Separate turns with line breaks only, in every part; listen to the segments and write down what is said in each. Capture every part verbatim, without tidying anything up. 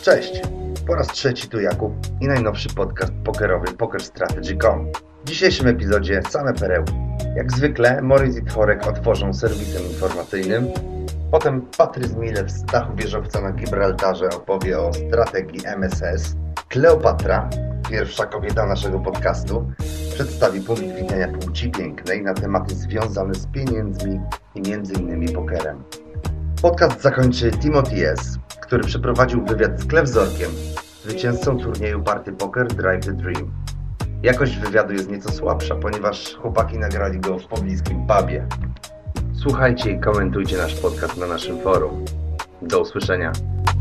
Cześć, po raz trzeci tu Jakub i najnowszy podcast pokerowy poker strategy kropka com. W dzisiejszym epizodzie same perełki. Jak zwykle Morris i Tworek otworzą serwisem informacyjnym, potem Patryk Milew z dachu wieżowca na Gibraltarze opowie o strategii M S S. Kleopatra, pierwsza kobieta naszego podcastu, przedstawi punkt widzenia płci pięknej na tematy związane z pieniędzmi i między innymi pokerem. Podcast zakończy Timothy S., który przeprowadził wywiad z Klewzorkiem, zwycięzcą turnieju Party Poker Drive the Dream. Jakość wywiadu jest nieco słabsza, ponieważ chłopaki nagrali go w pobliskim pubie. Słuchajcie i komentujcie nasz podcast na naszym forum. Do usłyszenia.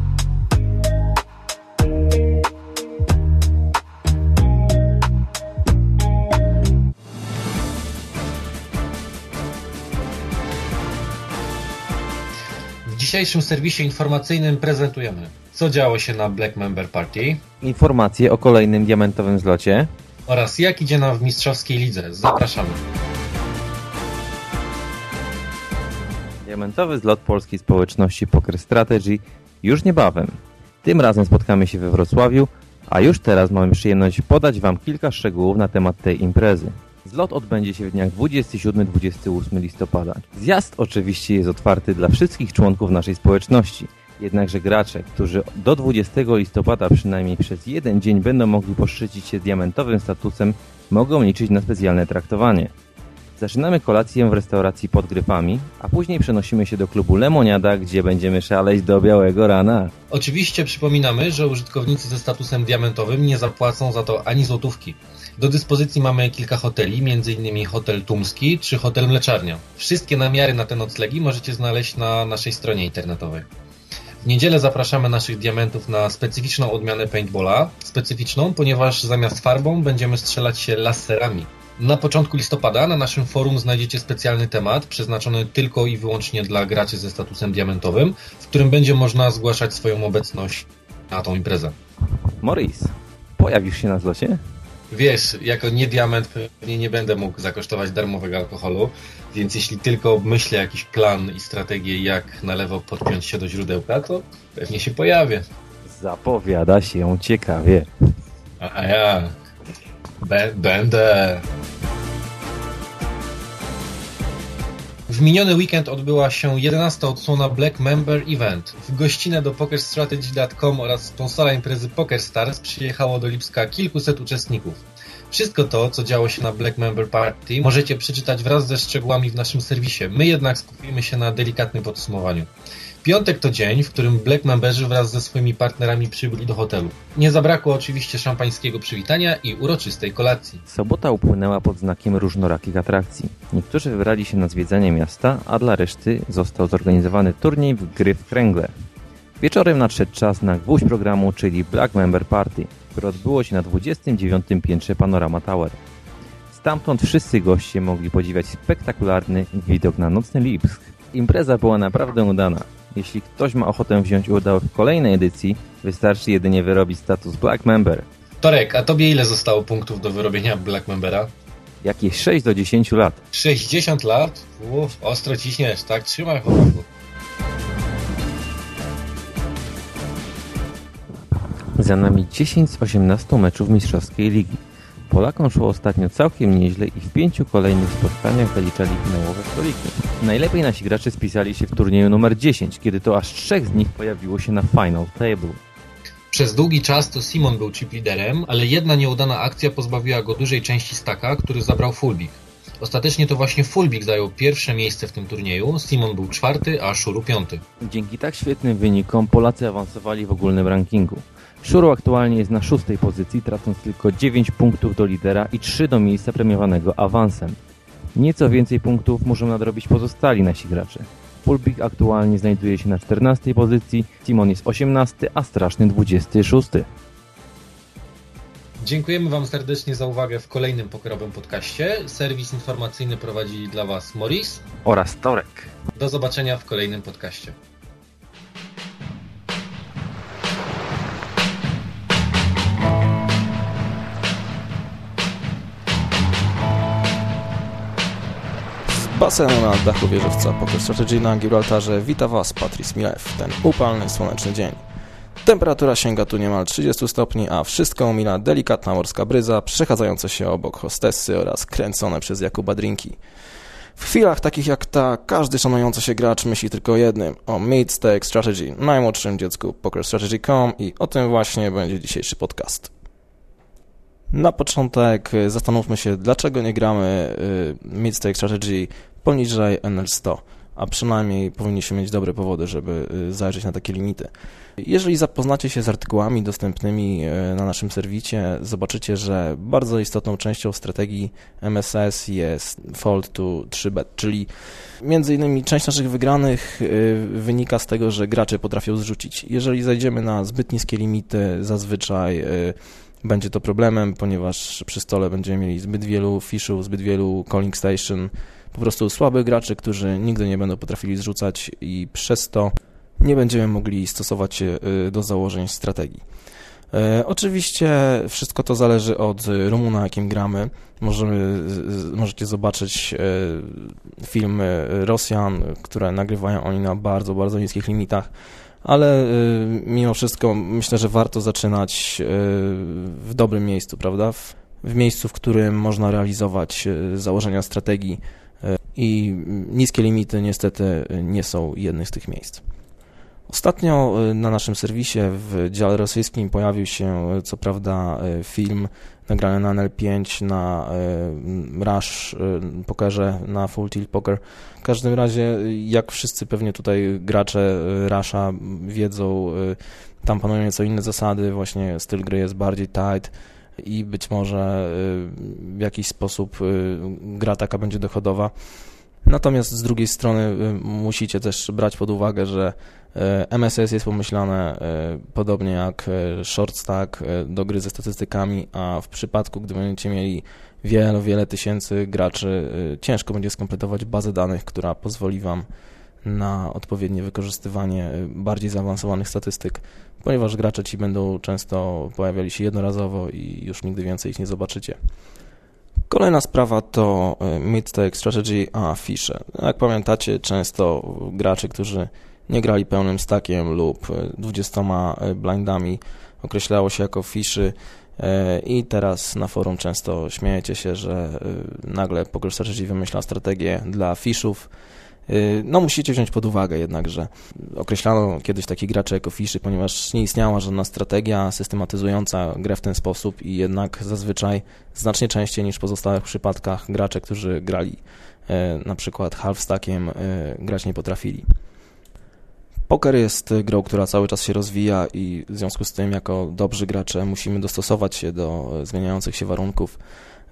W dzisiejszym serwisie informacyjnym prezentujemy, co działo się na Black Member Party,
informacje o kolejnym diamentowym zlocie
oraz jak idzie nam w mistrzowskiej lidze. Zapraszamy.
Diamentowy zlot polskiej społeczności Poker Strategy już niebawem. Tym razem spotkamy się we Wrocławiu, a już teraz mamy przyjemność podać Wam kilka szczegółów na temat tej imprezy. Zlot odbędzie się w dniach dwudziestego siódmego do dwudziestego ósmego listopada. Zjazd oczywiście jest otwarty dla wszystkich członków naszej społeczności. Jednakże gracze, którzy do dwudziestego listopada przynajmniej przez jeden dzień będą mogli poszczycić się diamentowym statusem, mogą liczyć na specjalne traktowanie. Zaczynamy kolację w restauracji Pod Gryfami, a później przenosimy się do klubu Lemoniada, gdzie będziemy szaleć do białego rana.
Oczywiście przypominamy, że użytkownicy ze statusem diamentowym nie zapłacą za to ani złotówki. Do dyspozycji mamy kilka hoteli, między innymi hotel Tumski czy hotel Mleczarnia. Wszystkie namiary na te noclegi możecie znaleźć na naszej stronie internetowej. W niedzielę zapraszamy naszych diamentów na specyficzną odmianę paintballa. Specyficzną, ponieważ zamiast farbą będziemy strzelać się laserami. Na początku listopada na naszym forum znajdziecie specjalny temat przeznaczony tylko i wyłącznie dla graczy ze statusem diamentowym, w którym będzie można zgłaszać swoją obecność na tą imprezę.
Morris, pojawisz się na zlocie?
Wiesz, jako nie diament pewnie nie będę mógł zakosztować darmowego alkoholu, więc jeśli tylko myślę jakiś plan i strategię, jak na lewo podpiąć się do źródełka, to pewnie się pojawię.
Zapowiada się ciekawie.
A, a ja Be- będę. W miniony weekend odbyła się jedenasta odsłona Black Member Event. W gościnę do poker strategy kropka com oraz sponsora imprezy Poker Stars przyjechało do Lipska kilkuset uczestników. Wszystko to, co działo się na Black Member Party, możecie przeczytać wraz ze szczegółami w naszym serwisie. My jednak skupimy się na delikatnym podsumowaniu. Piątek to dzień, w którym Black Memberzy wraz ze swoimi partnerami przybyli do hotelu. Nie zabrakło oczywiście szampańskiego przywitania i uroczystej kolacji.
Sobota upłynęła pod znakiem różnorakich atrakcji. Niektórzy wybrali się na zwiedzanie miasta, a dla reszty został zorganizowany turniej w gry w kręgle. Wieczorem nadszedł czas na gwóźdź programu, czyli Black Member Party, które odbyło się na dwudziestym dziewiątym piętrze Panorama Tower. Stamtąd wszyscy goście mogli podziwiać spektakularny widok na nocny Lipsk. Impreza była naprawdę udana. Jeśli ktoś ma ochotę wziąć udział w kolejnej edycji, wystarczy jedynie wyrobić status Black Member.
Torek, a tobie ile zostało punktów do wyrobienia Black Membera?
Jakieś sześć do dziesięciu lat.
sześćdziesiąt lat? Uff, ostro ciśniesz, tak? Trzymaj chłopaku.
Za nami dziesięć z osiemnastu meczów mistrzowskiej ligi. Polakom szło ostatnio całkiem nieźle i w pięciu kolejnych spotkaniach zaliczali finałowe stoliki. Najlepiej nasi gracze spisali się w turnieju numer dziesięć, kiedy to aż trzech z nich pojawiło się na final table.
Przez długi czas to Simon był chip liderem, ale jedna nieudana akcja pozbawiła go dużej części staka, który zabrał Fullbig. Ostatecznie to właśnie Fullbig zajął pierwsze miejsce w tym turnieju, Simon był czwarty, a Shuru piąty.
Dzięki tak świetnym wynikom Polacy awansowali w ogólnym rankingu. Shuru aktualnie jest na szóstej pozycji, tracąc tylko dziewięć punktów do lidera i trzy do miejsca premiowanego awansem. Nieco więcej punktów muszą nadrobić pozostali nasi gracze. Fullbig aktualnie znajduje się na czternastej pozycji, Simon jest osiemnasty, a Straszny dwudziesty szósty.
Dziękujemy Wam serdecznie za uwagę w kolejnym pokerowym podcaście. Serwis informacyjny prowadzi dla Was Morris
oraz Torek.
Do zobaczenia w kolejnym podcaście.
Z basenu na dachu wieżowca Poker Strategy na Gibraltarze wita Was Patryk Milew w ten upalny, słoneczny dzień. Temperatura sięga tu niemal trzydzieści stopni, a wszystko omila delikatna morska bryza, przechadzająca się obok hostessy oraz kręcone przez Jakuba drinki. W chwilach takich jak ta, każdy szanujący się gracz myśli tylko o jednym, o Meat Steak Strategy, najmłodszym dziecku poker strategy kropka com i o tym właśnie będzie dzisiejszy podcast. Na początek zastanówmy się, dlaczego nie gramy Meat Steak Strategy poniżej N L sto, a przynajmniej powinniśmy mieć dobre powody, żeby zajrzeć na takie limity. Jeżeli zapoznacie się z artykułami dostępnymi na naszym serwisie, zobaczycie, że bardzo istotną częścią strategii M S S jest fold to trzy bet, czyli między innymi część naszych wygranych wynika z tego, że gracze potrafią zrzucić. Jeżeli zajdziemy na zbyt niskie limity, zazwyczaj będzie to problemem, ponieważ przy stole będziemy mieli zbyt wielu fishów, zbyt wielu calling station, po prostu słabych graczy, którzy nigdy nie będą potrafili zrzucać i przez to nie będziemy mogli stosować się do założeń strategii. E, oczywiście wszystko to zależy od roomu, na jakim gramy. Możemy, możecie zobaczyć e, filmy Rosjan, które nagrywają oni na bardzo, bardzo niskich limitach, ale e, mimo wszystko myślę, że warto zaczynać e, w dobrym miejscu, prawda? W, w miejscu, w którym można realizować e, założenia strategii e, i niskie limity niestety nie są jednym z tych miejsc. Ostatnio na naszym serwisie w dziale rosyjskim pojawił się co prawda film nagrany na N L pięć, na Rush pokerze, na Full Tilt Poker. W każdym razie, jak wszyscy pewnie tutaj gracze Rusha wiedzą, tam panują nieco inne zasady, właśnie styl gry jest bardziej tight i być może w jakiś sposób gra taka będzie dochodowa. Natomiast z drugiej strony musicie też brać pod uwagę, że M S S jest pomyślane podobnie jak short stack do gry ze statystykami, a w przypadku, gdy będziecie mieli wiele, wiele tysięcy graczy, ciężko będzie skompletować bazę danych, która pozwoli Wam na odpowiednie wykorzystywanie bardziej zaawansowanych statystyk, ponieważ gracze ci będą często pojawiali się jednorazowo i już nigdy więcej ich nie zobaczycie. Kolejna sprawa to Meat Steak Strategy, a fisze. Jak pamiętacie, często gracze, którzy nie grali pełnym stackiem lub dwudziestoma blindami, określało się jako fiszy i teraz na forum często śmiejecie się, że nagle Poker Strategy wymyśla strategię dla fishów. No musicie wziąć pod uwagę jednak, że określano kiedyś takich graczy jako fiszy, ponieważ nie istniała żadna strategia systematyzująca grę w ten sposób i jednak zazwyczaj znacznie częściej niż w pozostałych przypadkach gracze, którzy grali na przykład half stackiem, grać nie potrafili. Poker jest grą, która cały czas się rozwija i w związku z tym jako dobrzy gracze musimy dostosować się do zmieniających się warunków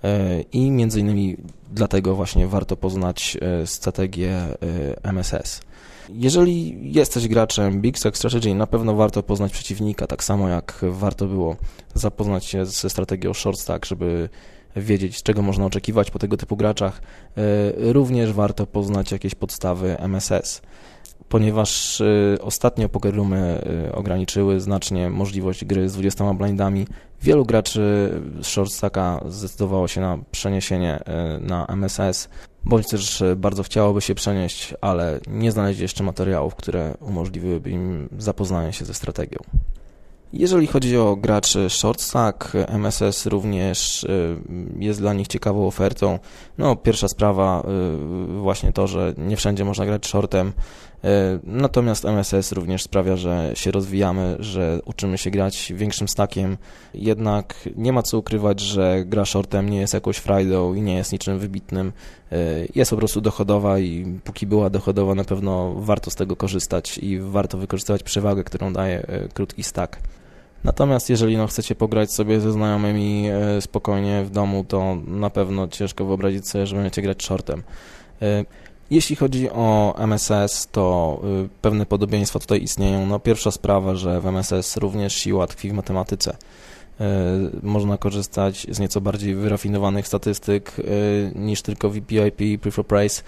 i między innymi dlatego właśnie warto poznać strategię M S S. Jeżeli jesteś graczem Big Stack Strategy, na pewno warto poznać przeciwnika, tak samo jak warto było zapoznać się ze strategią Short Stack, żeby wiedzieć, czego można oczekiwać po tego typu graczach. Również warto poznać jakieś podstawy M S S. Ponieważ y, ostatnio poker roomy y, ograniczyły znacznie możliwość gry z dwudziestoma blindami, wielu graczy z short stacka zdecydowało się na przeniesienie y, na M S S, bądź też y, bardzo chciałoby się przenieść, ale nie znaleźli jeszcze materiałów, które umożliwiłyby im zapoznanie się ze strategią. Jeżeli chodzi o graczy short stack, M S S również jest dla nich ciekawą ofertą. No, pierwsza sprawa właśnie to, że nie wszędzie można grać shortem, natomiast M S S również sprawia, że się rozwijamy, że uczymy się grać większym stackiem, jednak nie ma co ukrywać, że gra shortem nie jest jakąś frajdą i nie jest niczym wybitnym, jest po prostu dochodowa i póki była dochodowa, na pewno warto z tego korzystać i warto wykorzystywać przewagę, którą daje krótki stack. Natomiast jeżeli no, chcecie pograć sobie ze znajomymi e, spokojnie w domu, to na pewno ciężko wyobrazić sobie, że będziecie grać shortem. E, jeśli chodzi o M S S, to e, pewne podobieństwa tutaj istnieją. No, pierwsza sprawa, że w M S S również siła tkwi w matematyce. E, można korzystać z nieco bardziej wyrafinowanych statystyk e, niż tylko V P I P, Prefer Price.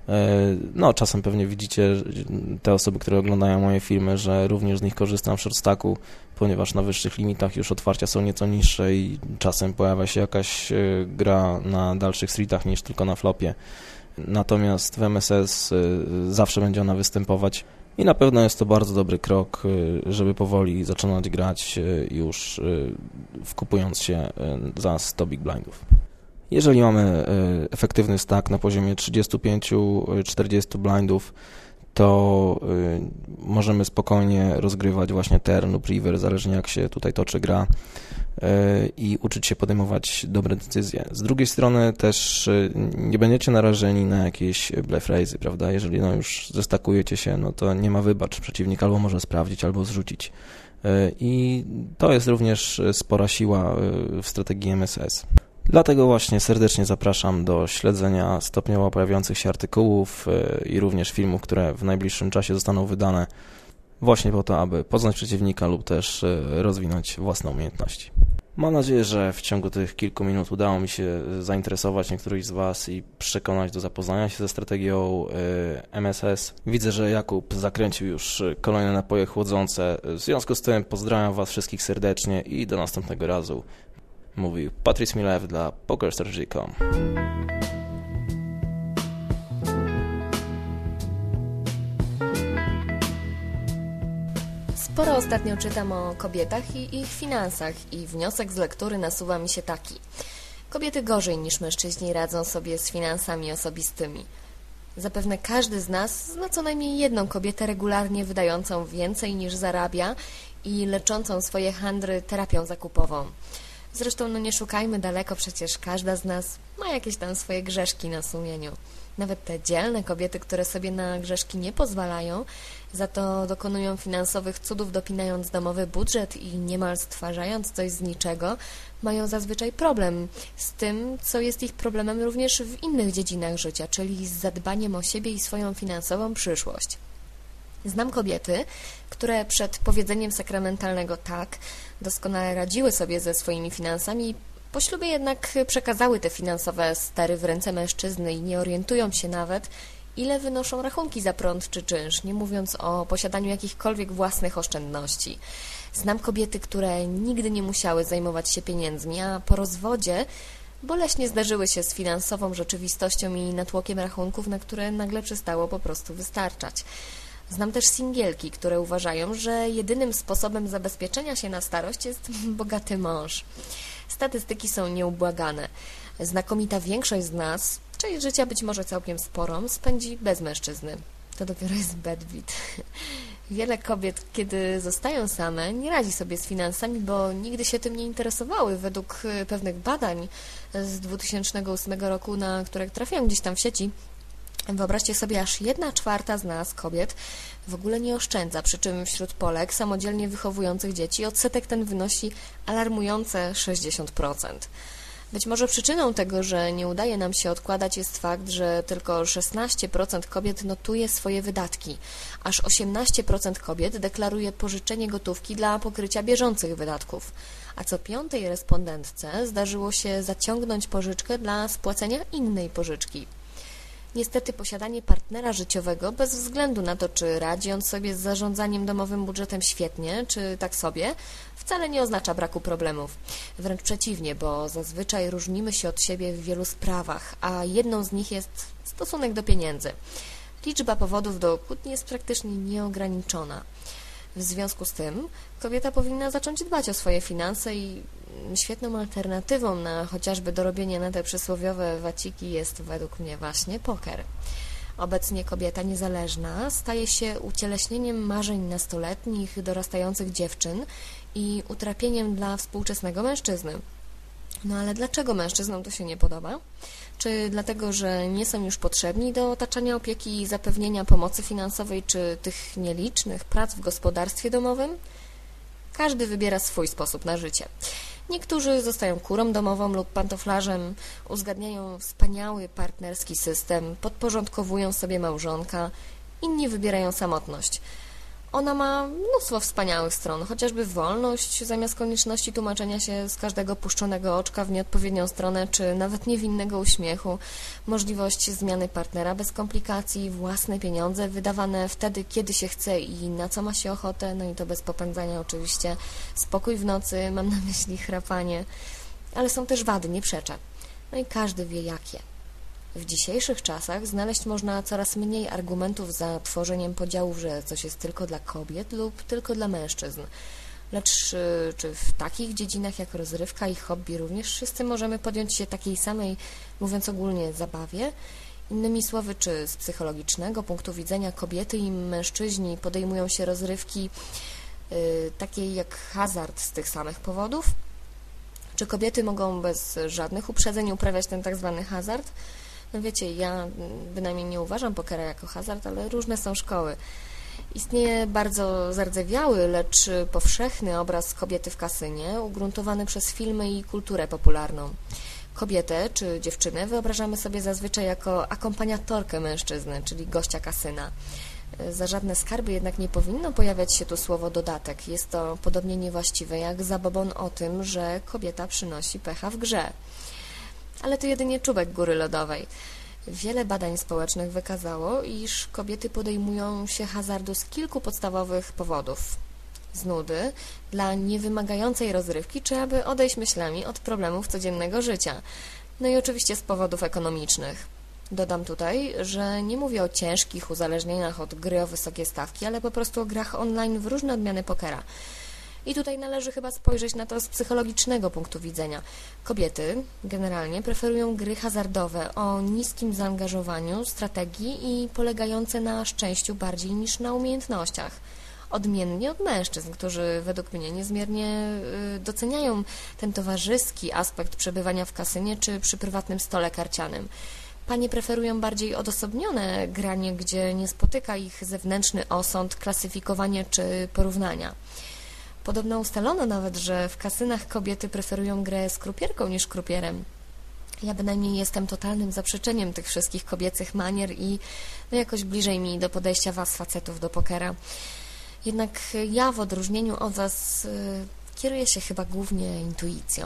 No, czasem pewnie widzicie te osoby, które oglądają moje filmy, że również z nich korzystam w short stacku, ponieważ na wyższych limitach już otwarcia są nieco niższe i czasem pojawia się jakaś gra na dalszych streetach niż tylko na flopie. Natomiast w M S S zawsze będzie ona występować. I na pewno jest to bardzo dobry krok, żeby powoli zaczynać grać już wkupując się za sto big blindów. Jeżeli mamy efektywny stack na poziomie trzydzieści pięć do czterdziestu blindów, to możemy spokojnie rozgrywać właśnie turn lub river, zależnie jak się tutaj toczy gra, i uczyć się podejmować dobre decyzje. Z drugiej strony też nie będziecie narażeni na jakieś bluff raise'y, prawda? Jeżeli no już zestakujecie się, no to nie ma wybacz. Przeciwnik albo może sprawdzić, albo zrzucić. I to jest również spora siła w strategii M S S. Dlatego właśnie serdecznie zapraszam do śledzenia stopniowo pojawiających się artykułów i również filmów, które w najbliższym czasie zostaną wydane właśnie po to, aby poznać przeciwnika lub też rozwinąć własne umiejętności. Mam nadzieję, że w ciągu tych kilku minut udało mi się zainteresować niektórych z Was i przekonać do zapoznania się ze strategią M S S. Widzę, że Jakub zakręcił już kolejne napoje chłodzące. W związku z tym pozdrawiam Was wszystkich serdecznie i do następnego razu. Mówił Patryk Milew dla poker strategy kropka com.
Sporo ostatnio czytam o kobietach i ich finansach i wniosek z lektury nasuwa mi się taki. Kobiety gorzej niż mężczyźni radzą sobie z finansami osobistymi. Zapewne każdy z nas zna co najmniej jedną kobietę regularnie wydającą więcej niż zarabia i leczącą swoje handry terapią zakupową. Zresztą no nie szukajmy daleko, przecież każda z nas ma jakieś tam swoje grzeszki na sumieniu. Nawet te dzielne kobiety, które sobie na grzeszki nie pozwalają, za to dokonują finansowych cudów, dopinając domowy budżet i niemal stwarzając coś z niczego, mają zazwyczaj problem z tym, co jest ich problemem również w innych dziedzinach życia, czyli z zadbaniem o siebie i swoją finansową przyszłość. Znam kobiety, które przed powiedzeniem sakramentalnego tak doskonale radziły sobie ze swoimi finansami, po ślubie jednak przekazały te finansowe stery w ręce mężczyzny i nie orientują się nawet, ile wynoszą rachunki za prąd czy czynsz, nie mówiąc o posiadaniu jakichkolwiek własnych oszczędności. Znam kobiety, które nigdy nie musiały zajmować się pieniędzmi, a po rozwodzie boleśnie zdarzyły się z finansową rzeczywistością i natłokiem rachunków, na które nagle przestało po prostu wystarczać. Znam też singielki, które uważają, że jedynym sposobem zabezpieczenia się na starość jest bogaty mąż. Statystyki są nieubłagane. Znakomita większość z nas, część życia być może całkiem sporą, spędzi bez mężczyzny. To dopiero jest bedwit. Wiele kobiet, kiedy zostają same, nie radzi sobie z finansami, bo nigdy się tym nie interesowały. Według pewnych badań z dwutysięcznego ósmego roku, na które trafiają gdzieś tam w sieci, wyobraźcie sobie, aż jedna czwarta z nas, kobiet, w ogóle nie oszczędza, przy czym wśród Polek samodzielnie wychowujących dzieci odsetek ten wynosi alarmujące sześćdziesiąt procent. Być może przyczyną tego, że nie udaje nam się odkładać, jest fakt, że tylko szesnaście procent kobiet notuje swoje wydatki, aż osiemnaście procent kobiet deklaruje pożyczenie gotówki dla pokrycia bieżących wydatków, a co piątej respondentce zdarzyło się zaciągnąć pożyczkę dla spłacenia innej pożyczki. Niestety posiadanie partnera życiowego, bez względu na to, czy radzi on sobie z zarządzaniem domowym budżetem świetnie, czy tak sobie, wcale nie oznacza braku problemów. Wręcz przeciwnie, bo zazwyczaj różnimy się od siebie w wielu sprawach, a jedną z nich jest stosunek do pieniędzy. Liczba powodów do kłótni jest praktycznie nieograniczona. W związku z tym kobieta powinna zacząć dbać o swoje finanse i świetną alternatywą na chociażby dorobienie na te przysłowiowe waciki jest według mnie właśnie poker. Obecnie kobieta niezależna staje się ucieleśnieniem marzeń nastoletnich, dorastających dziewczyn i utrapieniem dla współczesnego mężczyzny. No ale dlaczego mężczyznom to się nie podoba? Czy dlatego, że nie są już potrzebni do otaczania opieki i zapewnienia pomocy finansowej, czy tych nielicznych prac w gospodarstwie domowym? Każdy wybiera swój sposób na życie. Niektórzy zostają kurą domową lub pantoflarzem, uzgadniają wspaniały partnerski system, podporządkowują sobie małżonka, inni wybierają samotność. Ona ma mnóstwo wspaniałych stron, chociażby wolność zamiast konieczności tłumaczenia się z każdego puszczonego oczka w nieodpowiednią stronę, czy nawet niewinnego uśmiechu, możliwość zmiany partnera bez komplikacji, własne pieniądze wydawane wtedy, kiedy się chce i na co ma się ochotę, no i to bez popędzania oczywiście, spokój w nocy, mam na myśli chrapanie, ale są też wady, nie przeczę, no i każdy wie jakie. W dzisiejszych czasach znaleźć można coraz mniej argumentów za tworzeniem podziałów, że coś jest tylko dla kobiet lub tylko dla mężczyzn. Lecz czy w takich dziedzinach jak rozrywka i hobby również wszyscy możemy podjąć się takiej samej, mówiąc ogólnie, zabawie? Innymi słowy, czy z psychologicznego punktu widzenia kobiety i mężczyźni podejmują się rozrywki yy, takiej jak hazard z tych samych powodów? Czy kobiety mogą bez żadnych uprzedzeń uprawiać ten tak zwany hazard? No wiecie, ja bynajmniej nie uważam pokera jako hazard, ale różne są szkoły. Istnieje bardzo zardzewiały, lecz powszechny obraz kobiety w kasynie, ugruntowany przez filmy i kulturę popularną. Kobietę czy dziewczynę wyobrażamy sobie zazwyczaj jako akompaniatorkę mężczyzny, czyli gościa kasyna. Za żadne skarby jednak nie powinno pojawiać się tu słowo dodatek. Jest to podobnie niewłaściwe jak zabobon o tym, że kobieta przynosi pecha w grze. Ale to jedynie czubek góry lodowej. Wiele badań społecznych wykazało, iż kobiety podejmują się hazardu z kilku podstawowych powodów. Z nudy, dla niewymagającej rozrywki, czy aby odejść myślami od problemów codziennego życia. No i oczywiście z powodów ekonomicznych. Dodam tutaj, że nie mówię o ciężkich uzależnieniach od gry o wysokie stawki, ale po prostu o grach online w różne odmiany pokera. I tutaj należy chyba spojrzeć na to z psychologicznego punktu widzenia. Kobiety generalnie preferują gry hazardowe o niskim zaangażowaniu, strategii i polegające na szczęściu bardziej niż na umiejętnościach. Odmiennie od mężczyzn, którzy według mnie niezmiernie doceniają ten towarzyski aspekt przebywania w kasynie czy przy prywatnym stole karcianym. Panie preferują bardziej odosobnione granie, gdzie nie spotyka ich zewnętrzny osąd, klasyfikowanie czy porównania. Podobno ustalono nawet, że w kasynach kobiety preferują grę z krupierką niż krupierem. Ja bynajmniej jestem totalnym zaprzeczeniem tych wszystkich kobiecych manier i no jakoś bliżej mi do podejścia was, facetów, do pokera. Jednak ja w odróżnieniu od was y, kieruję się chyba głównie intuicją.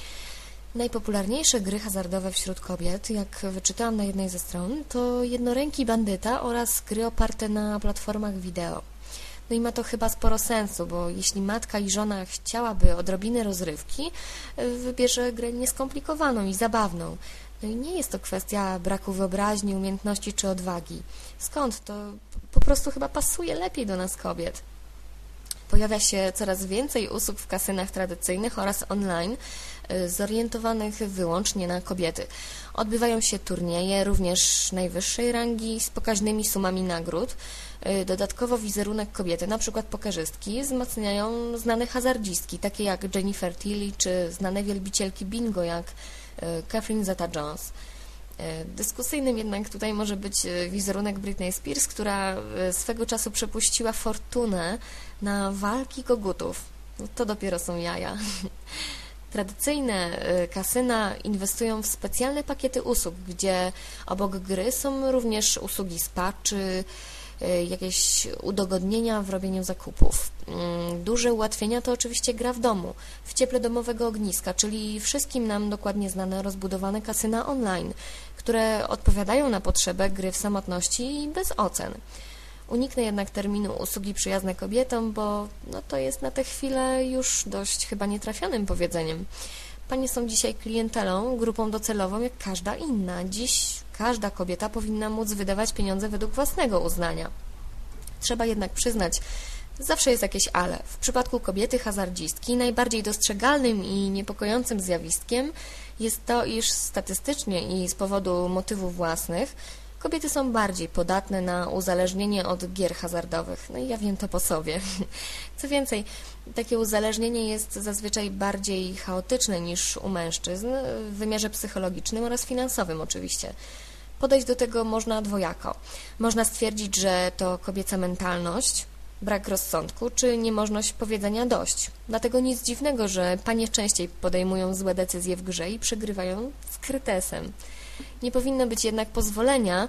Najpopularniejsze gry hazardowe wśród kobiet, jak wyczytałam na jednej ze stron, to jednoręki bandyta oraz gry oparte na platformach wideo. No i ma to chyba sporo sensu, bo jeśli matka i żona chciałaby odrobiny rozrywki, wybierze grę nieskomplikowaną i zabawną. No i nie jest to kwestia braku wyobraźni, umiejętności czy odwagi. Skąd? To po prostu chyba pasuje lepiej do nas kobiet. Pojawia się coraz więcej usług w kasynach tradycyjnych oraz online, zorientowanych wyłącznie na kobiety. Odbywają się turnieje, również najwyższej rangi, z pokaźnymi sumami nagród. Dodatkowo wizerunek kobiety, np. pokerzystki, wzmacniają znane hazardzistki, takie jak Jennifer Tilly, czy znane wielbicielki bingo, jak Catherine Zeta-Jones. Dyskusyjnym jednak tutaj może być wizerunek Britney Spears, która swego czasu przepuściła fortunę na walki kogutów. No to dopiero są jaja. Tradycyjne kasyna inwestują w specjalne pakiety usług, gdzie obok gry są również usługi spa czy jakieś udogodnienia w robieniu zakupów. Duże ułatwienia to oczywiście gra w domu, w cieple domowego ogniska, czyli wszystkim nam dokładnie znane rozbudowane kasyna online, które odpowiadają na potrzebę gry w samotności i bez ocen. Uniknę jednak terminu usługi przyjazne kobietom, bo no to jest na tę chwilę już dość chyba nietrafionym powiedzeniem. Panie są dzisiaj klientelą, grupą docelową jak każda inna. Dziś każda kobieta powinna móc wydawać pieniądze według własnego uznania. Trzeba jednak przyznać, zawsze jest jakieś ale. W przypadku kobiety hazardzistki najbardziej dostrzegalnym i niepokojącym zjawiskiem jest to, iż statystycznie i z powodu motywów własnych kobiety są bardziej podatne na uzależnienie od gier hazardowych. No i ja wiem to po sobie. Co więcej, takie uzależnienie jest zazwyczaj bardziej chaotyczne niż u mężczyzn w wymiarze psychologicznym oraz finansowym oczywiście. Podejść do tego można dwojako. Można stwierdzić, że to kobieca mentalność, brak rozsądku czy niemożność powiedzenia dość. Dlatego nic dziwnego, że panie częściej podejmują złe decyzje w grze i przegrywają z krytesem. Nie powinno być jednak pozwolenia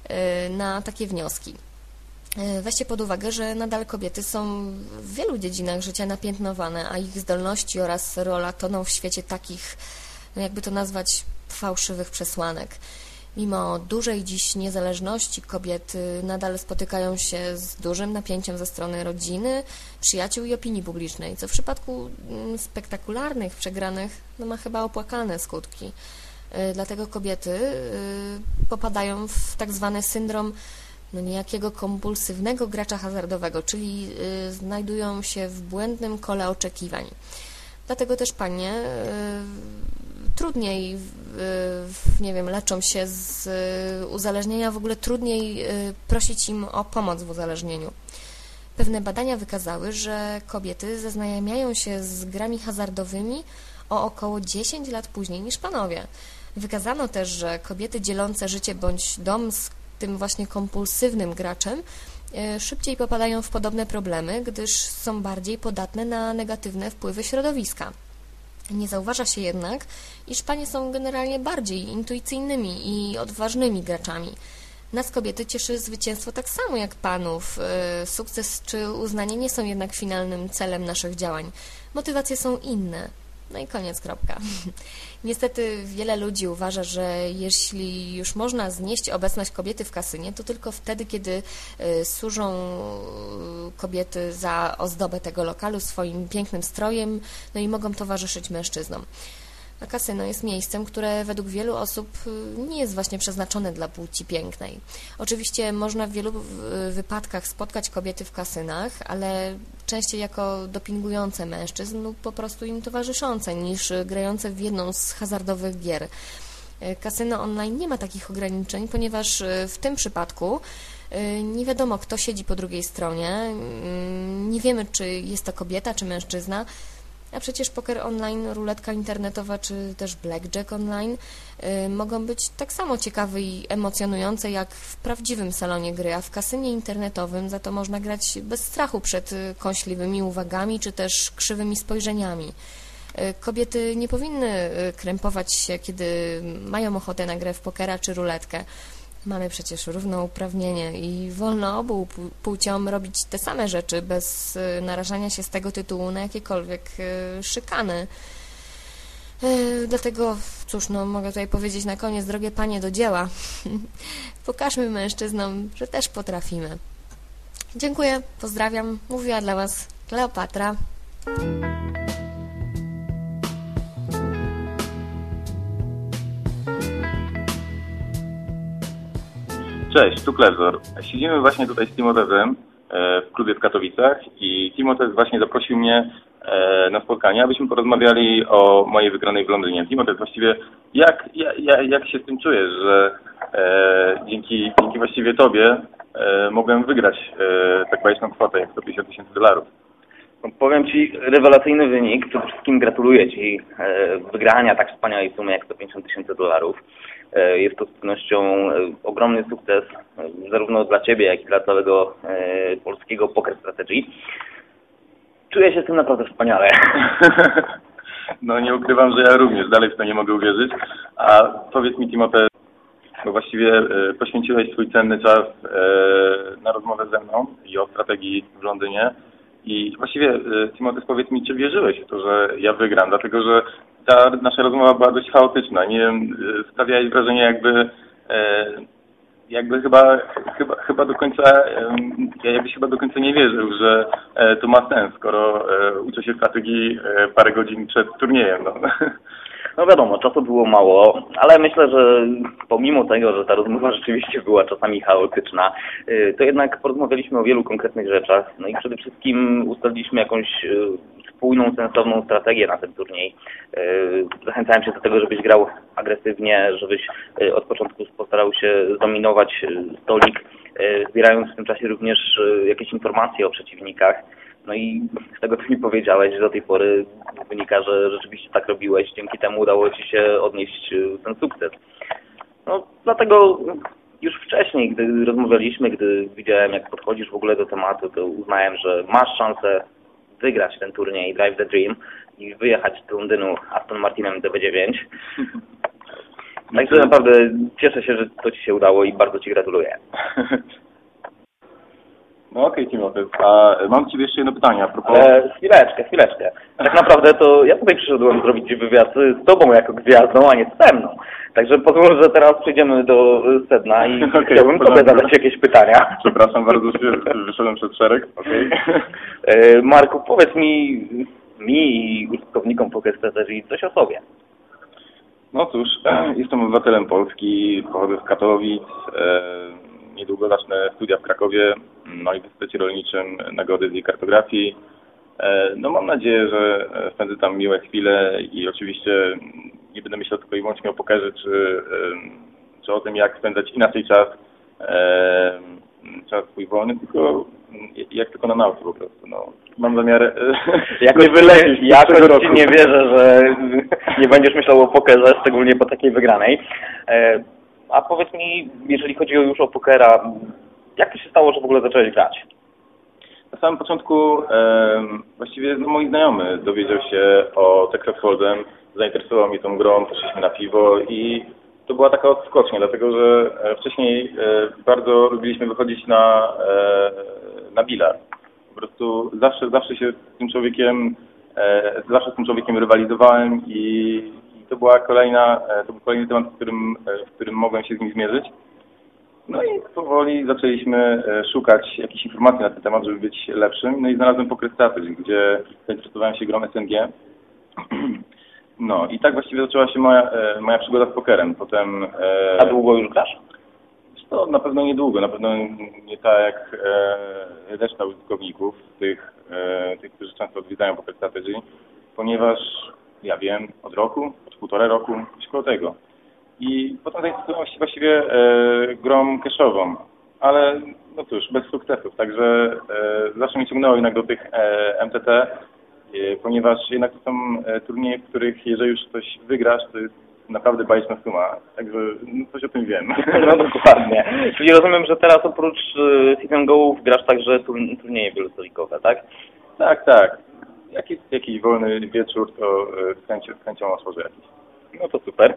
na takie wnioski. Weźcie pod uwagę, że nadal kobiety są w wielu dziedzinach życia napiętnowane, a ich zdolności oraz rola toną w świecie takich, no jakby to nazwać, fałszywych przesłanek. Mimo dużej dziś niezależności kobiety nadal spotykają się z dużym napięciem ze strony rodziny, przyjaciół i opinii publicznej, co w przypadku spektakularnych przegranych no ma chyba opłakane skutki. Dlatego kobiety popadają w tak zwany syndrom no niejakiego kompulsywnego gracza hazardowego, czyli znajdują się w błędnym kole oczekiwań. Dlatego też panie trudniej, nie wiem, leczą się z uzależnienia, w ogóle trudniej prosić im o pomoc w uzależnieniu. Pewne badania wykazały, że kobiety zaznajamiają się z grami hazardowymi o około dziesięć lat później niż panowie. Wykazano też, że kobiety dzielące życie bądź dom z tym właśnie kompulsywnym graczem szybciej popadają w podobne problemy, gdyż są bardziej podatne na negatywne wpływy środowiska. Nie zauważa się jednak, iż panie są generalnie bardziej intuicyjnymi i odważnymi graczami. Nas kobiety cieszy zwycięstwo tak samo jak panów. Sukces czy uznanie nie są jednak finalnym celem naszych działań. Motywacje są inne. No i koniec, kropka. Niestety wiele ludzi uważa, że jeśli już można znieść obecność kobiety w kasynie, to tylko wtedy, kiedy służą kobiety za ozdobę tego lokalu swoim pięknym strojem, no i mogą towarzyszyć mężczyznom. A kasyno jest miejscem, które według wielu osób nie jest właśnie przeznaczone dla płci pięknej. Oczywiście można w wielu wypadkach spotkać kobiety w kasynach, ale częściej jako dopingujące mężczyzn lub po prostu im towarzyszące, niż grające w jedną z hazardowych gier. Kasyno online nie ma takich ograniczeń, ponieważ w tym przypadku nie wiadomo, kto siedzi po drugiej stronie, nie wiemy, czy jest to kobieta, czy mężczyzna. A przecież poker online, ruletka internetowa czy też blackjack online y, mogą być tak samo ciekawe i emocjonujące jak w prawdziwym salonie gry, a w kasynie internetowym za to można grać bez strachu przed kąśliwymi uwagami czy też krzywymi spojrzeniami. Y, kobiety nie powinny krępować się, kiedy mają ochotę na grę w pokera czy ruletkę. Mamy przecież równouprawnienie i wolno obu płciom robić te same rzeczy bez narażania się z tego tytułu na jakiekolwiek szykany. Dlatego, cóż, no mogę tutaj powiedzieć na koniec, drogie panie, do dzieła. Pokażmy mężczyznom, że też potrafimy. Dziękuję, pozdrawiam. Mówiła dla was Kleopatra.
Cześć, tu Klezor. Siedzimy właśnie tutaj z Timotezem w klubie w Katowicach i Timotez właśnie zaprosił mnie na spotkanie, abyśmy porozmawiali o mojej wygranej w Londynie. Timotez, właściwie jak, jak, jak się z tym czujesz, że e, dzięki, dzięki właściwie tobie e, mogłem wygrać e, tak bajeczną kwotę jak sto pięćdziesiąt tysięcy dolarów?
No, powiem Ci, rewelacyjny wynik. Przede wszystkim gratuluję Ci e, wygrania tak wspaniałej sumy jak sto pięćdziesiąt tysięcy dolarów. E, jest to z pewnością e, ogromny sukces e, zarówno dla Ciebie, jak i dla całego e, polskiego Poker Strategy. Czuję się z tym naprawdę wspaniale.
No nie ukrywam, że ja również dalej w to nie mogę uwierzyć. A powiedz mi, Timotez, bo właściwie e, poświęciłeś swój cenny czas e, na rozmowę ze mną i o strategii w Londynie. I właściwie, Timotez, powiedz mi, czy wierzyłeś w to, że ja wygram, dlatego że ta nasza rozmowa była dość chaotyczna. Nie wiem, sprawiałeś wrażenie, jakby jakby chyba chyba chyba do końca jakbyś chyba do końca nie wierzył, że to ma sens, skoro uczę się strategii parę godzin przed turniejem. No.
No wiadomo, czasu było mało, ale myślę, że pomimo tego, że ta rozmowa rzeczywiście była czasami chaotyczna, to jednak porozmawialiśmy o wielu konkretnych rzeczach. No i przede wszystkim ustaliliśmy jakąś spójną, sensowną strategię na ten turniej. Zachęcałem się do tego, żebyś grał agresywnie, żebyś od początku postarał się zdominować stolik, zbierając w tym czasie również jakieś informacje o przeciwnikach. No i z tego, co mi powiedziałeś, że do tej pory wynika, że rzeczywiście tak robiłeś. Dzięki temu udało Ci się odnieść ten sukces. No dlatego już wcześniej, gdy rozmawialiśmy, gdy widziałem, jak podchodzisz w ogóle do tematu, to uznałem, że masz szansę wygrać ten turniej Drive the Dream i wyjechać z Londynu Aston Martinem D B dziewięć. Także naprawdę cieszę się, że to Ci się udało i bardzo Ci gratuluję.
No okej, okay, Timotez, a mam do Ciebie jeszcze jedno pytanie a propos...
Ale chwileczkę, chwileczkę. Tak naprawdę to ja tutaj przyszedłem zrobić wywiad z Tobą jako gwiazdą, a nie z ze mną. Także pozwól, że teraz przejdziemy do sedna i okay, chciałbym Tobie zadać jakieś pytania.
Przepraszam bardzo, wyszedłem przed szereg. Okay.
Marku, powiedz mi, mi i użytkownikom Poker Strategy coś o sobie.
No cóż, jestem obywatelem Polski, pochodzę z Katowic, e, niedługo zacznę studia w Krakowie na Uniwersytecie Rolniczym na geodezji i kartografii. E, no mam nadzieję, że spędzę tam miłe chwile i oczywiście nie będę myślał tylko i wyłącznie o pokerze, czy, e, czy o tym, jak spędzać inaczej czas, e, czas swój wolny, tylko jak tylko na nauce po prostu. No, mam zamiar
jakoś nie wylecieć. Jakoś ci nie wierzę, że nie będziesz myślał o pokerze, szczególnie po takiej wygranej. A powiedz mi, jeżeli chodzi już o pokera, jak to się stało, że w ogóle zacząłeś grać?
Na samym początku e, właściwie no, mój znajomy dowiedział się o Texas Hold'em, zainteresował mnie tą grą, poszliśmy na piwo i to była taka odskocznia, dlatego że wcześniej e, bardzo lubiliśmy wychodzić na, e, na bilar. Po prostu zawsze, zawsze się z tym człowiekiem, e, zawsze z tym człowiekiem rywalizowałem i, i to była kolejna, e, to był kolejny temat, w którym, e, w którym mogłem się z nim zmierzyć. No i powoli zaczęliśmy szukać jakichś informacji na ten temat, żeby być lepszym. No i znalazłem Poker Strategy, gdzie zainteresowałem się grą S N G. No i tak właściwie zaczęła się moja, moja przygoda z pokerem. Potem...
A długo już grasz?
To na pewno niedługo, na pewno nie tak jak e, reszta użytkowników, tych, e, tych, którzy często odwiedzają Poker Strategy, ponieważ ja wiem, od roku, od półtora roku, coś koło tego. I potem zainteresowałem się właściwie e, grą cashową, ale no cóż, bez sukcesów, także e, zawsze mnie ciągnęło jednak do tych e, M T T, e, ponieważ jednak to są e, turnieje, w których jeżeli już coś wygrasz, to jest naprawdę bajeczna suma, także no, coś o tym wiem.
No dokładnie. Czyli rozumiem, że teraz oprócz e, Sit and Go'ów grasz także turnieje wielostolikowe, tak?
Tak, tak. Jak jest jakiś wolny wieczór, to e, z chęcią, z chęcią otworzę jakiś.
No to super.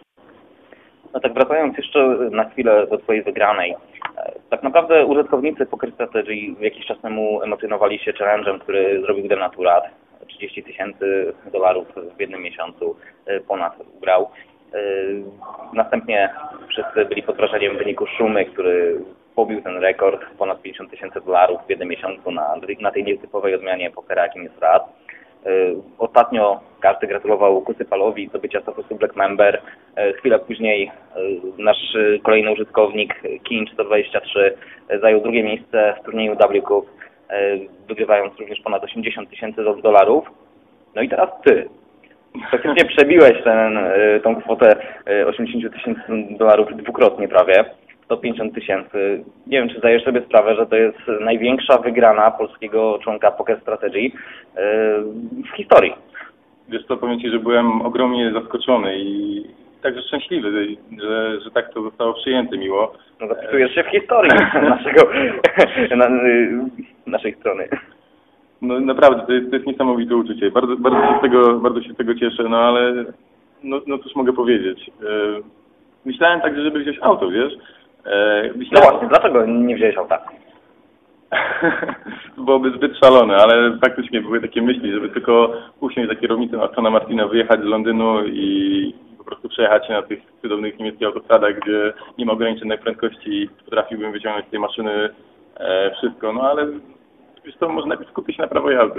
No tak wracając jeszcze na chwilę do twojej wygranej. Tak naprawdę użytkownicy Poker Strategy jakiś czas temu emocjonowali się challenge'em, który zrobił Denaturat. trzydzieści tysięcy dolarów w jednym miesiącu ponad ugrał. Następnie wszyscy byli pod wrażeniem wyniku Szumy, który pobił ten rekord, ponad pięćdziesiąt tysięcy dolarów w jednym miesiącu na, na tej nietypowej odmianie pokera, jakim jest Rat. Ostatnio każdy gratulował Kusypalowi zdobycia statusu Black Member. Chwilę później nasz kolejny użytkownik, Kinch sto dwadzieścia trzy, zajął drugie miejsce w turnieju W Cup, wygrywając również ponad osiemdziesiąt tysięcy dolarów. No i teraz ty. Faktycznie przebiłeś ten, tą kwotę osiemdziesiąt tysięcy dolarów dwukrotnie prawie. sto pięćdziesiąt tysięcy. Nie wiem, czy zdajesz sobie sprawę, że to jest największa wygrana polskiego członka Poker Strategy w historii.
Wiesz co, powiem Ci, że byłem ogromnie zaskoczony i także szczęśliwy, że, że tak to zostało przyjęte miło.
No zapisujesz się w historii naszego, na, naszej strony.
No naprawdę, to jest, to jest niesamowite uczucie. Bardzo, bardzo, się z tego, bardzo się z tego cieszę, no ale no, no cóż mogę powiedzieć. Myślałem także, żeby wziąć auto, wiesz? Myślałem...
No właśnie, dlaczego nie wziąłeś auta?
To byłoby zbyt szalone, ale faktycznie były takie myśli, żeby tylko usiąść za kierownicą Astona Martina, wyjechać z Londynu i po prostu przejechać się na tych cudownych niemieckich autostradach, gdzie nie ma ograniczonej prędkości i potrafiłbym wyciągnąć z tej maszyny e, wszystko, no ale wiesz co, może najpierw skupić się na prawo jazdy.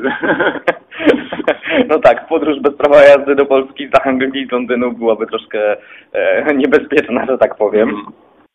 No tak, podróż bez prawa jazdy do Polski, z Anglii i z Londynu byłaby troszkę e, niebezpieczna, że tak powiem. Mm.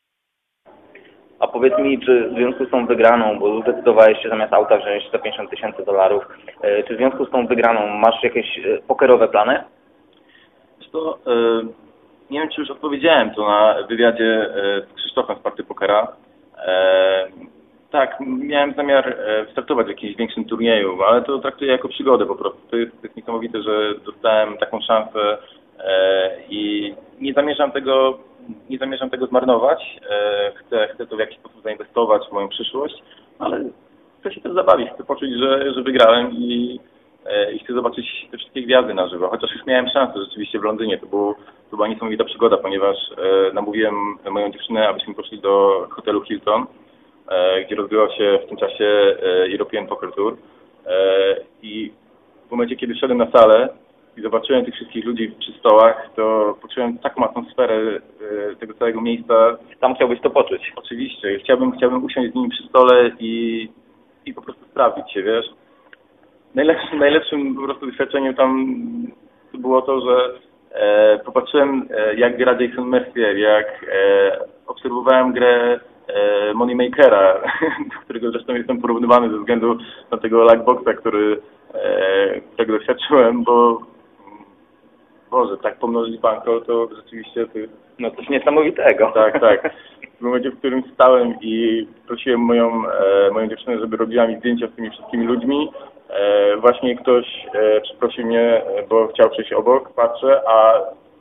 A powiedz mi, czy w związku z tą wygraną, bo zdecydowałeś się zamiast auta wziąć sto pięćdziesiąt tysięcy dolarów, czy w związku z tą wygraną masz jakieś pokerowe plany?
Wiesz to, yy, nie wiem, czy już odpowiedziałem to na wywiadzie yy, z Krzysztofem z Party Pokera. Yy, tak, miałem zamiar yy, startować w jakimś większym turnieju, ale to traktuję jako przygodę po prostu. To jest, to jest niesamowite, że dostałem taką szansę yy, i nie zamierzam tego Nie zamierzam tego zmarnować, chcę, chcę to w jakiś sposób zainwestować w moją przyszłość, ale chcę się też zabawić, chcę poczuć, że, że wygrałem i, i chcę zobaczyć te wszystkie gwiazdy na żywo. Chociaż już miałem szansę rzeczywiście w Londynie, to, był, to była niesamowita przygoda, ponieważ namówiłem moją dziewczynę, abyśmy poszli do hotelu Hilton, gdzie rozgrywał się w tym czasie European Poker Tour i w momencie, kiedy wszedłem na salę, i zobaczyłem tych wszystkich ludzi przy stołach, to poczułem taką atmosferę e, tego całego miejsca.
Tam chciałbyś to poczuć?
Oczywiście. Chciałbym, chciałbym usiąść z nimi przy stole i, i po prostu sprawdzić się, wiesz. Najlepszym, najlepszym po prostu doświadczeniem tam było to, że e, popatrzyłem e, jak gra Jason Mercier, jak e, obserwowałem grę e, Moneymakera, do którego zresztą jestem porównywany ze względu na tego luckboxa, który, e, którego doświadczyłem, bo Boże, tak pomnożyć bankroll to rzeczywiście to jest...
No coś niesamowitego.
Tak, tak. W momencie, w którym stałem i prosiłem moją, e, moją dziewczynę, żeby robiła mi zdjęcia z tymi wszystkimi ludźmi, e, właśnie ktoś e, przeprosił mnie, bo chciał przejść obok, patrzę, a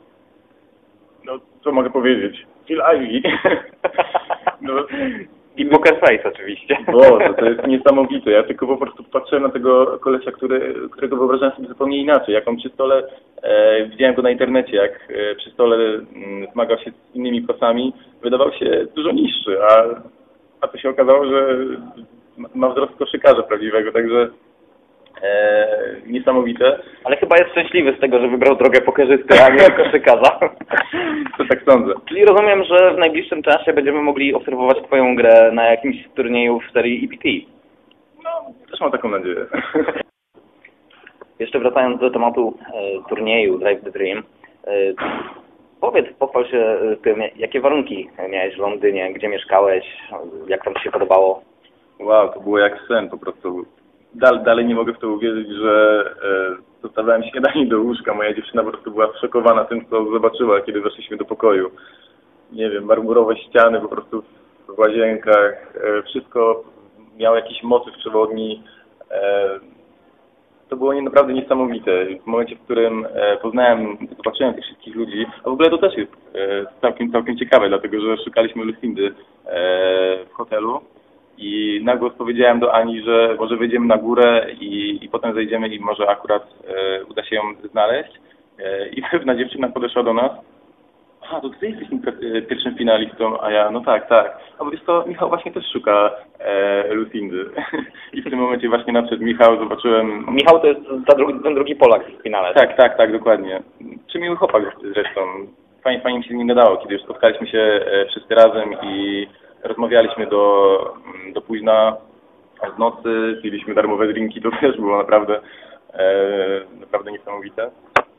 no co mogę powiedzieć? Phil Ivey. No,
i Poker Face oczywiście.
Boże, to jest niesamowite. Ja tylko po prostu patrzyłem na tego kolesia, który, którego wyobrażałem sobie zupełnie inaczej. Jak on przy stole, e, widziałem go na internecie, jak e, przy stole m, zmagał się z innymi prosami, wydawał się dużo niższy, a, a to się okazało, że ma wzrost koszykarza prawdziwego, także e, niesamowite.
Ale chyba jest szczęśliwy z tego, że wybrał drogę pokerzysty, a nie koszykarza.
To tak sądzę.
Czyli rozumiem, że w najbliższym czasie będziemy mogli obserwować Twoją grę na jakimś z turnieju w serii E P T.
No, też mam taką nadzieję.
Jeszcze wracając do tematu e, turnieju Drive the Dream, e, powiedz, pochwal się tym, jakie warunki miałeś w Londynie, gdzie mieszkałeś, jak tam Ci się podobało?
Wow, to było jak sen po prostu. Dal, dalej nie mogę w to uwierzyć, że e, dostawałem śniadanie do łóżka. Moja dziewczyna po prostu była zszokowana tym, co zobaczyła, kiedy weszliśmy do pokoju. Nie wiem, marmurowe ściany po prostu w łazienkach, e, wszystko miało jakiś motyw przewodni. E, to było nie, naprawdę niesamowite. W momencie, w którym e, poznałem, zobaczyłem tych wszystkich ludzi, a w ogóle to też jest e, całkiem, całkiem ciekawe, dlatego że szukaliśmy Lucindy e, w hotelu. I na głos powiedziałem do Ani, że może wyjdziemy na górę i, i potem zejdziemy i może akurat e, uda się ją znaleźć. E, I pewna dziewczyna podeszła do nas. A, to ty jesteś pierwszym finalistą, a ja, no tak, tak. A bo wiesz co, Michał właśnie też szuka e, Lucindy. I w tym momencie właśnie nadszedł Michał, zobaczyłem...
Michał to jest ta drugi, ten drugi Polak w finale.
Tak, tak, tak, dokładnie. Czy miły chłopak zresztą. Fajnie, fajnie mi się z nim gadało, kiedy już spotkaliśmy się e, wszyscy razem i rozmawialiśmy do, do późna z nocy, piliśmy darmowe drinki, to też było naprawdę, e, naprawdę niesamowite.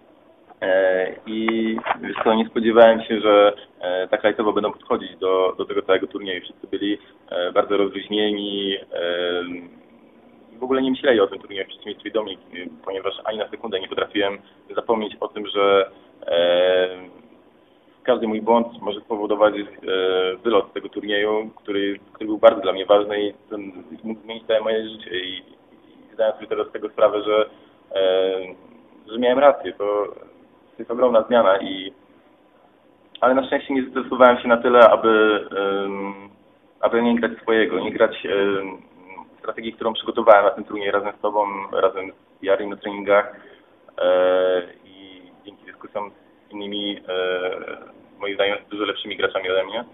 E, I wiesz co, nie spodziewałem się, że e, tak lajtowo będą podchodzić do, do tego całego turnieju. Wszyscy byli e, bardzo rozluźnieni, e, w ogóle nie myśleli o tym turnieju w przeciwieństwie do mnie, ponieważ ani na sekundę nie potrafiłem zapomnieć o tym, że e, każdy mój błąd może spowodować e, wylot z tego turnieju, który, który był bardzo dla mnie ważny i ten, mógł zmienić całe moje życie. I, i zdałem sobie teraz z tego sprawę, że, e, że miałem rację. To, to jest ogromna zmiana. I, ale na szczęście nie zdecydowałem się na tyle, aby, e, aby nie grać swojego, nie grać e, strategii, którą przygotowałem na ten turniej razem z Tobą, razem z Jarim na treningach e, i dzięki dyskusjom z innymi, e, moim zdaniem, dużo lepszymi graczami ode mnie.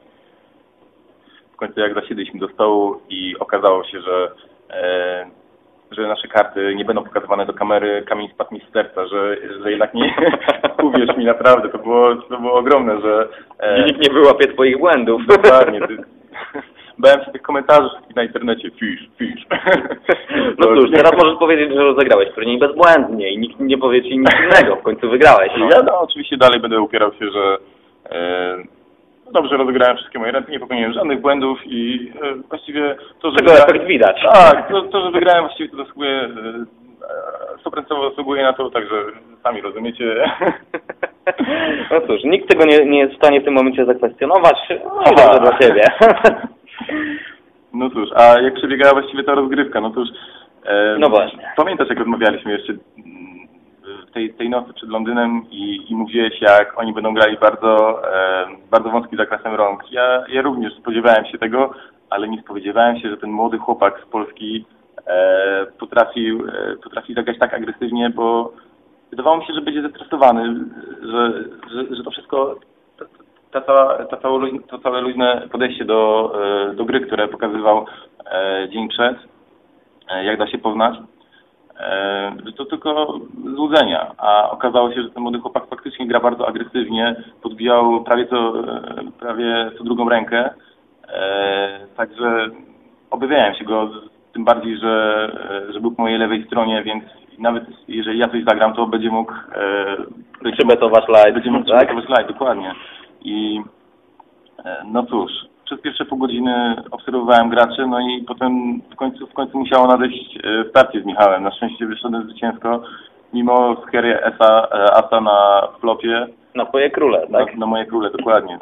W końcu jak zasiedliśmy do stołu i okazało się, że, e, że nasze karty nie będą pokazywane do kamery, kamień spadł mi z serca, że, że jednak nie, uwierz mi naprawdę, to było, to było ogromne, że...
E, nikt nie wyłapie Twoich błędów.
Dokładnie. Ty, bałem się tych komentarzy na internecie, fisz, fisz.
No cóż, teraz możesz powiedzieć, że rozegrałeś turniej bezbłędnie i nikt nie powie Ci nic innego, w końcu wygrałeś. No.
Ja no, oczywiście dalej będę upierał się, że e, dobrze rozegrałem wszystkie moje ręce, nie popełniłem żadnych błędów i e, właściwie to, że...
Czego wygra... efekt widać.
Tak, to, to, że wygrałem właściwie to zasługuje, stoprocentowo zasługuje na to, także sami rozumiecie.
No cóż, nikt tego nie, nie jest w stanie w tym momencie zakwestionować, no i dobrze dla Ciebie.
No cóż, a jak przebiegała właściwie ta rozgrywka, no to już... E,
no właśnie.
Pamiętasz, jak rozmawialiśmy jeszcze tej, tej nocy przed Londynem i, i mówiłeś, jak oni będą grali bardzo, e, bardzo wąskim zakresem rąk. Ja, ja również spodziewałem się tego, ale nie spodziewałem się, że ten młody chłopak z Polski e, potrafił, e, potrafi zagrać tak agresywnie, bo wydawało mi się, że będzie zestresowany, że, że, że to wszystko... Ta cała, ta cała luźne, to całe luźne podejście do, do gry, które pokazywał e, dzień przed, e, jak da się poznać, e, to tylko złudzenia, a okazało się, że ten młody chłopak faktycznie gra bardzo agresywnie, podbijał prawie co, prawie co drugą rękę, e, także obawiałem się go, tym bardziej, że, że był po mojej lewej stronie, więc nawet jeżeli ja coś zagram, to będzie mógł e,
przybetować live,
będzie mógł
tak?
przybetować live, dokładnie. I e, no cóż, przez pierwsze pół godziny obserwowałem graczy, no i potem w końcu, w końcu musiało nadejść e, starcie z Michałem. Na szczęście wyszedłem zwycięsko, mimo skiery asa, e, asa na flopie.
Na twoje króle, tak?
Na, na moje króle, dokładnie.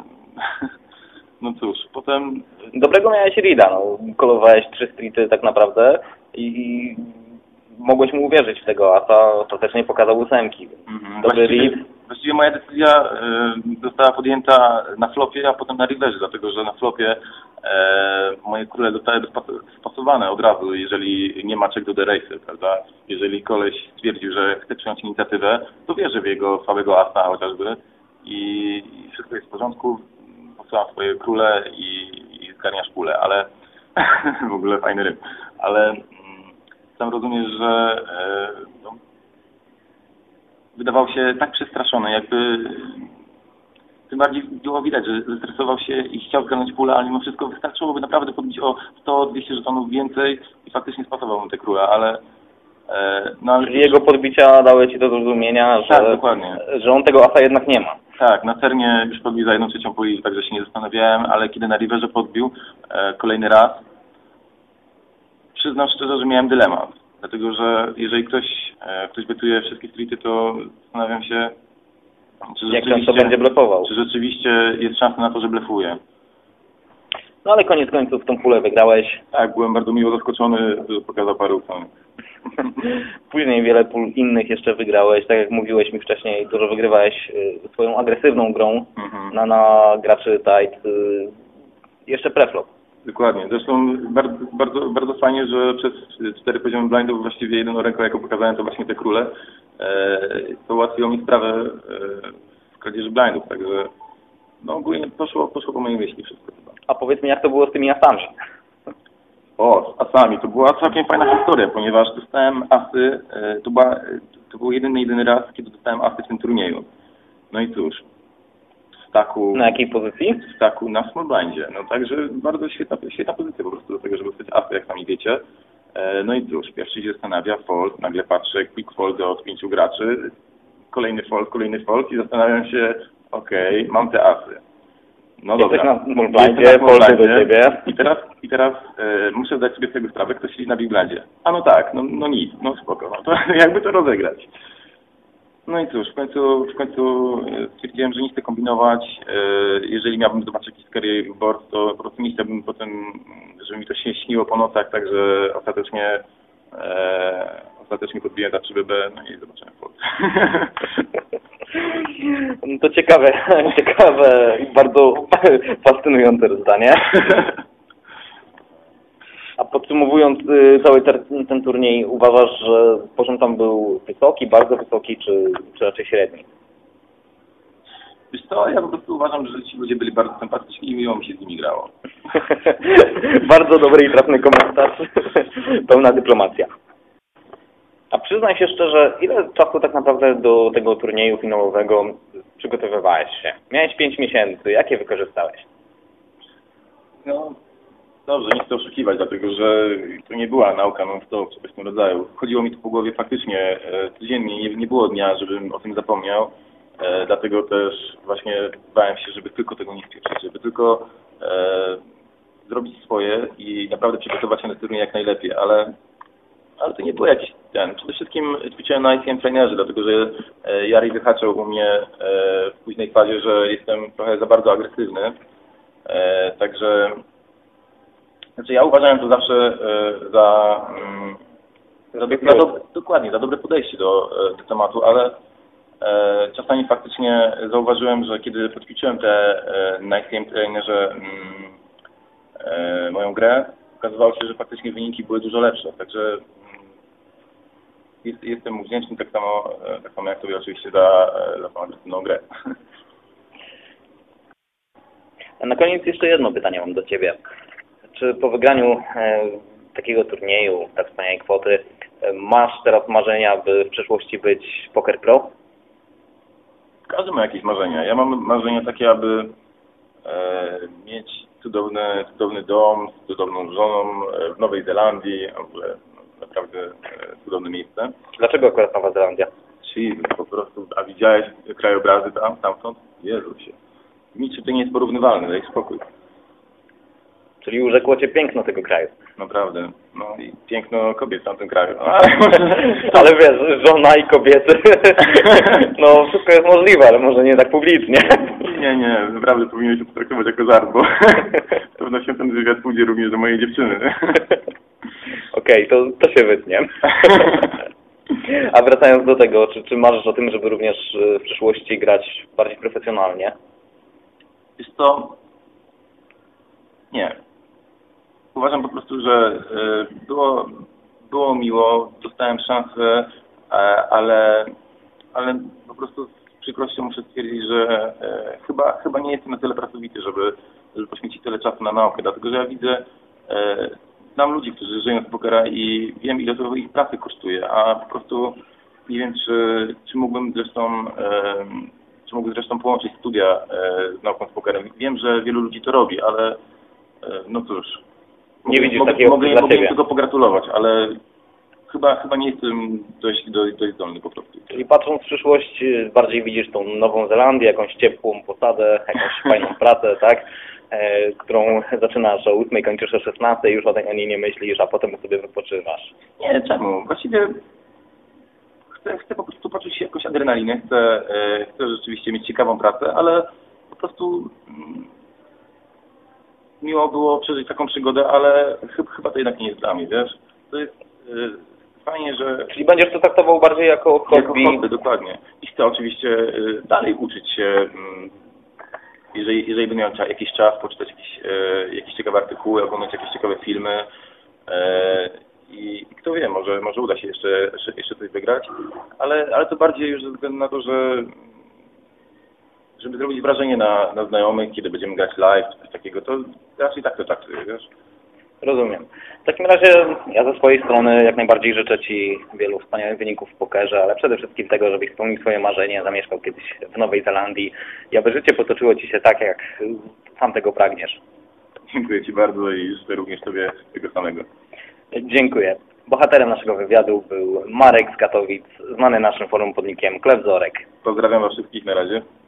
No cóż, potem...
Dobrego miałeś reada, no. Kolowałeś trzy streety tak naprawdę i mogłeś mu uwierzyć w tego, a to ostatecznie pokazał ósemki.
Mhm.
Dobry
Właściwie,
read.
właściwie moja decyzja y, została podjęta na flopie, a potem na riverze, dlatego że na flopie y, moje króle zostały spasowane od razu, jeżeli nie ma check do the race, prawda? Jeżeli koleś stwierdził, że chce przyjąć inicjatywę, to wierzę w jego słabego asa chociażby i, i wszystko jest w porządku. Posyłam swoje króle i, i zgarniasz pulę, ale w ogóle fajny rym, ale mm, sam rozumiesz, że e, no, wydawał się tak przestraszony, jakby tym bardziej było widać, że zestresował się i chciał zgarnąć pulę, ale mimo wszystko wystarczyłoby naprawdę podbić o sto dwieście żetonów więcej i faktycznie spasował mu te króle, ale e, no, ale
Czyli jego podbicia dały ci do zrozumienia, że,
tak, dokładnie.
że on tego asa jednak nie ma.
Tak, na Cernie już podbił za jedną trzecią puli, także się nie zastanawiałem, ale kiedy na Riverze podbił e, kolejny raz, przyznam szczerze, że miałem dylemat. Dlatego, że jeżeli ktoś, e, ktoś betuje wszystkie streety, to zastanawiam się, czy
Jak często będzie blefował.
Czy rzeczywiście jest szansa na to, że blefuje.
No ale koniec końców tą pulę wygrałeś.
Tak, byłem bardzo miło zaskoczony, że pokazał parę ósemek.
Później wiele pól innych jeszcze wygrałeś. Tak jak mówiłeś mi wcześniej, dużo wygrywałeś y, swoją agresywną grą
Mhm.
na, na graczy tight. Y, jeszcze preflop.
Dokładnie. Zresztą bardzo, bardzo, bardzo fajnie, że przez cztery poziomy blindów właściwie jedną ręką, jaką pokazałem, to właśnie te króle. E, to ułatwiło mi sprawę e, w kradzieży blindów, także no ogólnie poszło, poszło po mojej myśli wszystko chyba.
A powiedz mi, jak to było z tymi asami?
O, z asami. To była całkiem fajna historia, ponieważ dostałem asy, e, to, była, to był jedyny, jedyny raz, kiedy dostałem asy w tym turnieju. No i cóż, w staku...
Na jakiej pozycji?
W staku na small blindzie. No także bardzo świetna, świetna pozycja po prostu do tego, żeby dostać asy, jak sami wiecie. E, no i cóż, pierwszy się zastanawia, fold, nagle patrzę, quick fold od pięciu graczy, kolejny fold, kolejny fold i zastanawiam się, okej, okay, mam te asy. No
Jesteś
dobra.
na small blindzie, foldy do ciebie.
I teraz, i teraz e, muszę zdać sobie z tego sprawę, ktoś siedzi na big blindzie. A no tak, no, no nic, no spoko, no to jakby to rozegrać. No i cóż, w końcu, w końcu stwierdziłem, że nie chcę kombinować. E, jeżeli miałbym zobaczyć jakiś carry board, to po prostu nie chciałbym potem, żeby mi to się śniło po nocach, także ostatecznie e, ostatecznie podbiłem za trzy B B, no i zobaczyłem fold.
No to ciekawe, ciekawe i bardzo fascynujące rozdanie. A podsumowując y, cały ten, ten turniej, uważasz, że poziom tam był wysoki, bardzo wysoki, czy, czy raczej średni?
Wiesz co, ja po prostu uważam, że ci ludzie byli bardzo sympatyczni i miło mi się z nimi grało.
Bardzo dobry i trafny komentarz. Pełna dyplomacja. A przyznaj się szczerze, ile czasu tak naprawdę do tego turnieju finałowego przygotowywałeś się? Miałeś pięć miesięcy, jakie wykorzystałeś?
No, dobrze, nie chcę oszukiwać, dlatego że to nie była nauka non-stop, czy coś w tym rodzaju. Chodziło mi tu po głowie faktycznie e, codziennie, nie, nie było dnia, żebym o tym zapomniał. E, dlatego też właśnie bałem się, żeby tylko tego nie spieprzyć, żeby tylko e, zrobić swoje i naprawdę przygotować się na turniej jak najlepiej, ale ale to nie było jakiś ten. Przede wszystkim ćwiczyłem na I C M trainerze, dlatego że e, Jari wyhaczał u mnie e, w późnej fazie, że jestem trochę za bardzo agresywny. E, także znaczy ja uważałem to zawsze e, za, mm, za, za do, dokładnie, za dobre podejście do, do tematu, ale e, czasami faktycznie zauważyłem, że kiedy podćwiczyłem te e, na I C M trainerze mm, e, moją grę, okazywało się, że faktycznie wyniki były dużo lepsze, także jest, jestem mu wdzięczny tak samo, tak samo jak sobie oczywiście za, za tą agresywną grę.
Na koniec jeszcze jedno pytanie mam do Ciebie. Czy po wygraniu e, takiego turnieju, tak wspaniałej kwoty, e, masz teraz marzenia, by w przyszłości być Poker Pro?
Każdy ma jakieś marzenia. Ja mam marzenia takie, aby e, mieć cudowny, cudowny dom z cudowną żoną w Nowej Zelandii. W ogóle, no, naprawdę e, cudowne miejsce.
Dlaczego akurat Nowa Zelandia?
Czyli po prostu, a widziałeś krajobrazy tam, tamtąd? Jezusie. Nic to nie jest porównywalne, daj spokój.
Czyli urzekło cię piękno tego kraju.
Naprawdę. No i piękno kobiet w tamtym kraju. No,
ale wiesz, żona i kobiety, no wszystko jest możliwe, ale może nie tak publicznie.
Nie, nie, naprawdę powinieneś się potraktować jako żart, bo z pewnością ten wywiad pójdzie również do mojej dziewczyny.
Okej, okay, to, to się wytnie. A wracając do tego, czy, czy marzysz o tym, żeby również w przyszłości grać bardziej profesjonalnie?
Wiesz co? Nie. Uważam po prostu, że było, było miło, dostałem szansę, ale, ale po prostu z przykrością muszę stwierdzić, że chyba, chyba nie jestem na tyle pracowity, żeby, żeby poświęcić tyle czasu na naukę, dlatego że ja widzę, znam ludzi, którzy żyją z pokera i wiem, ile to ich pracy kosztuje, a po prostu nie wiem, czy, czy mógłbym zresztą czy mógłbym zresztą połączyć studia z nauką z pokerem. Wiem, że wielu ludzi to robi, ale no cóż,
nie widzisz
mogę,
takiego
mogę,
dla
mogę
siebie.
im tego pogratulować, ale chyba, chyba nie jestem dość, dość, dość zdolny po prostu.
Czyli patrząc w przyszłość, bardziej widzisz tą Nową Zelandię, jakąś ciepłą posadę, jakąś fajną pracę, tak? E, którą zaczynasz o ósmej, kończysz o szesnastej, już o, tej, o niej nie myślisz, a potem sobie wypoczywasz.
Nie, czemu? Właściwie chcę, chcę po prostu poczuć jakąś adrenalinę, chcę, e, chcę rzeczywiście mieć ciekawą pracę, ale po prostu mm, miło było przeżyć taką przygodę, ale chyba, chyba to jednak nie jest dla mnie, wiesz? To jest e, fajnie, że...
Czyli będziesz to traktował bardziej jako hobby?
Jako hobby, dokładnie. I chcę oczywiście e, dalej uczyć się, mm, jeżeli, jeżeli będę miał jakiś czas, poczytać jakieś, e, jakieś ciekawe artykuły, oglądać jakieś ciekawe filmy e, i, i kto wie, może, może uda się jeszcze, jeszcze, jeszcze coś wygrać, ale, ale to bardziej już ze względu na to, że żeby zrobić wrażenie na, na znajomych, kiedy będziemy grać live, czy coś takiego, to raczej tak to traktuję, wiesz?
Rozumiem. W takim razie ja ze swojej strony jak najbardziej życzę Ci wielu wspaniałych wyników w pokerze, ale przede wszystkim tego, żebyś spełnił swoje marzenie, zamieszkał kiedyś w Nowej Zelandii i aby życie potoczyło Ci się tak, jak sam tego pragniesz.
Dziękuję Ci bardzo i życzę również Tobie tego samego.
Dziękuję. Bohaterem naszego wywiadu był Marek z Katowic, znany naszym forum podnikiem Klewzorek.
Pozdrawiam Was wszystkich, na razie.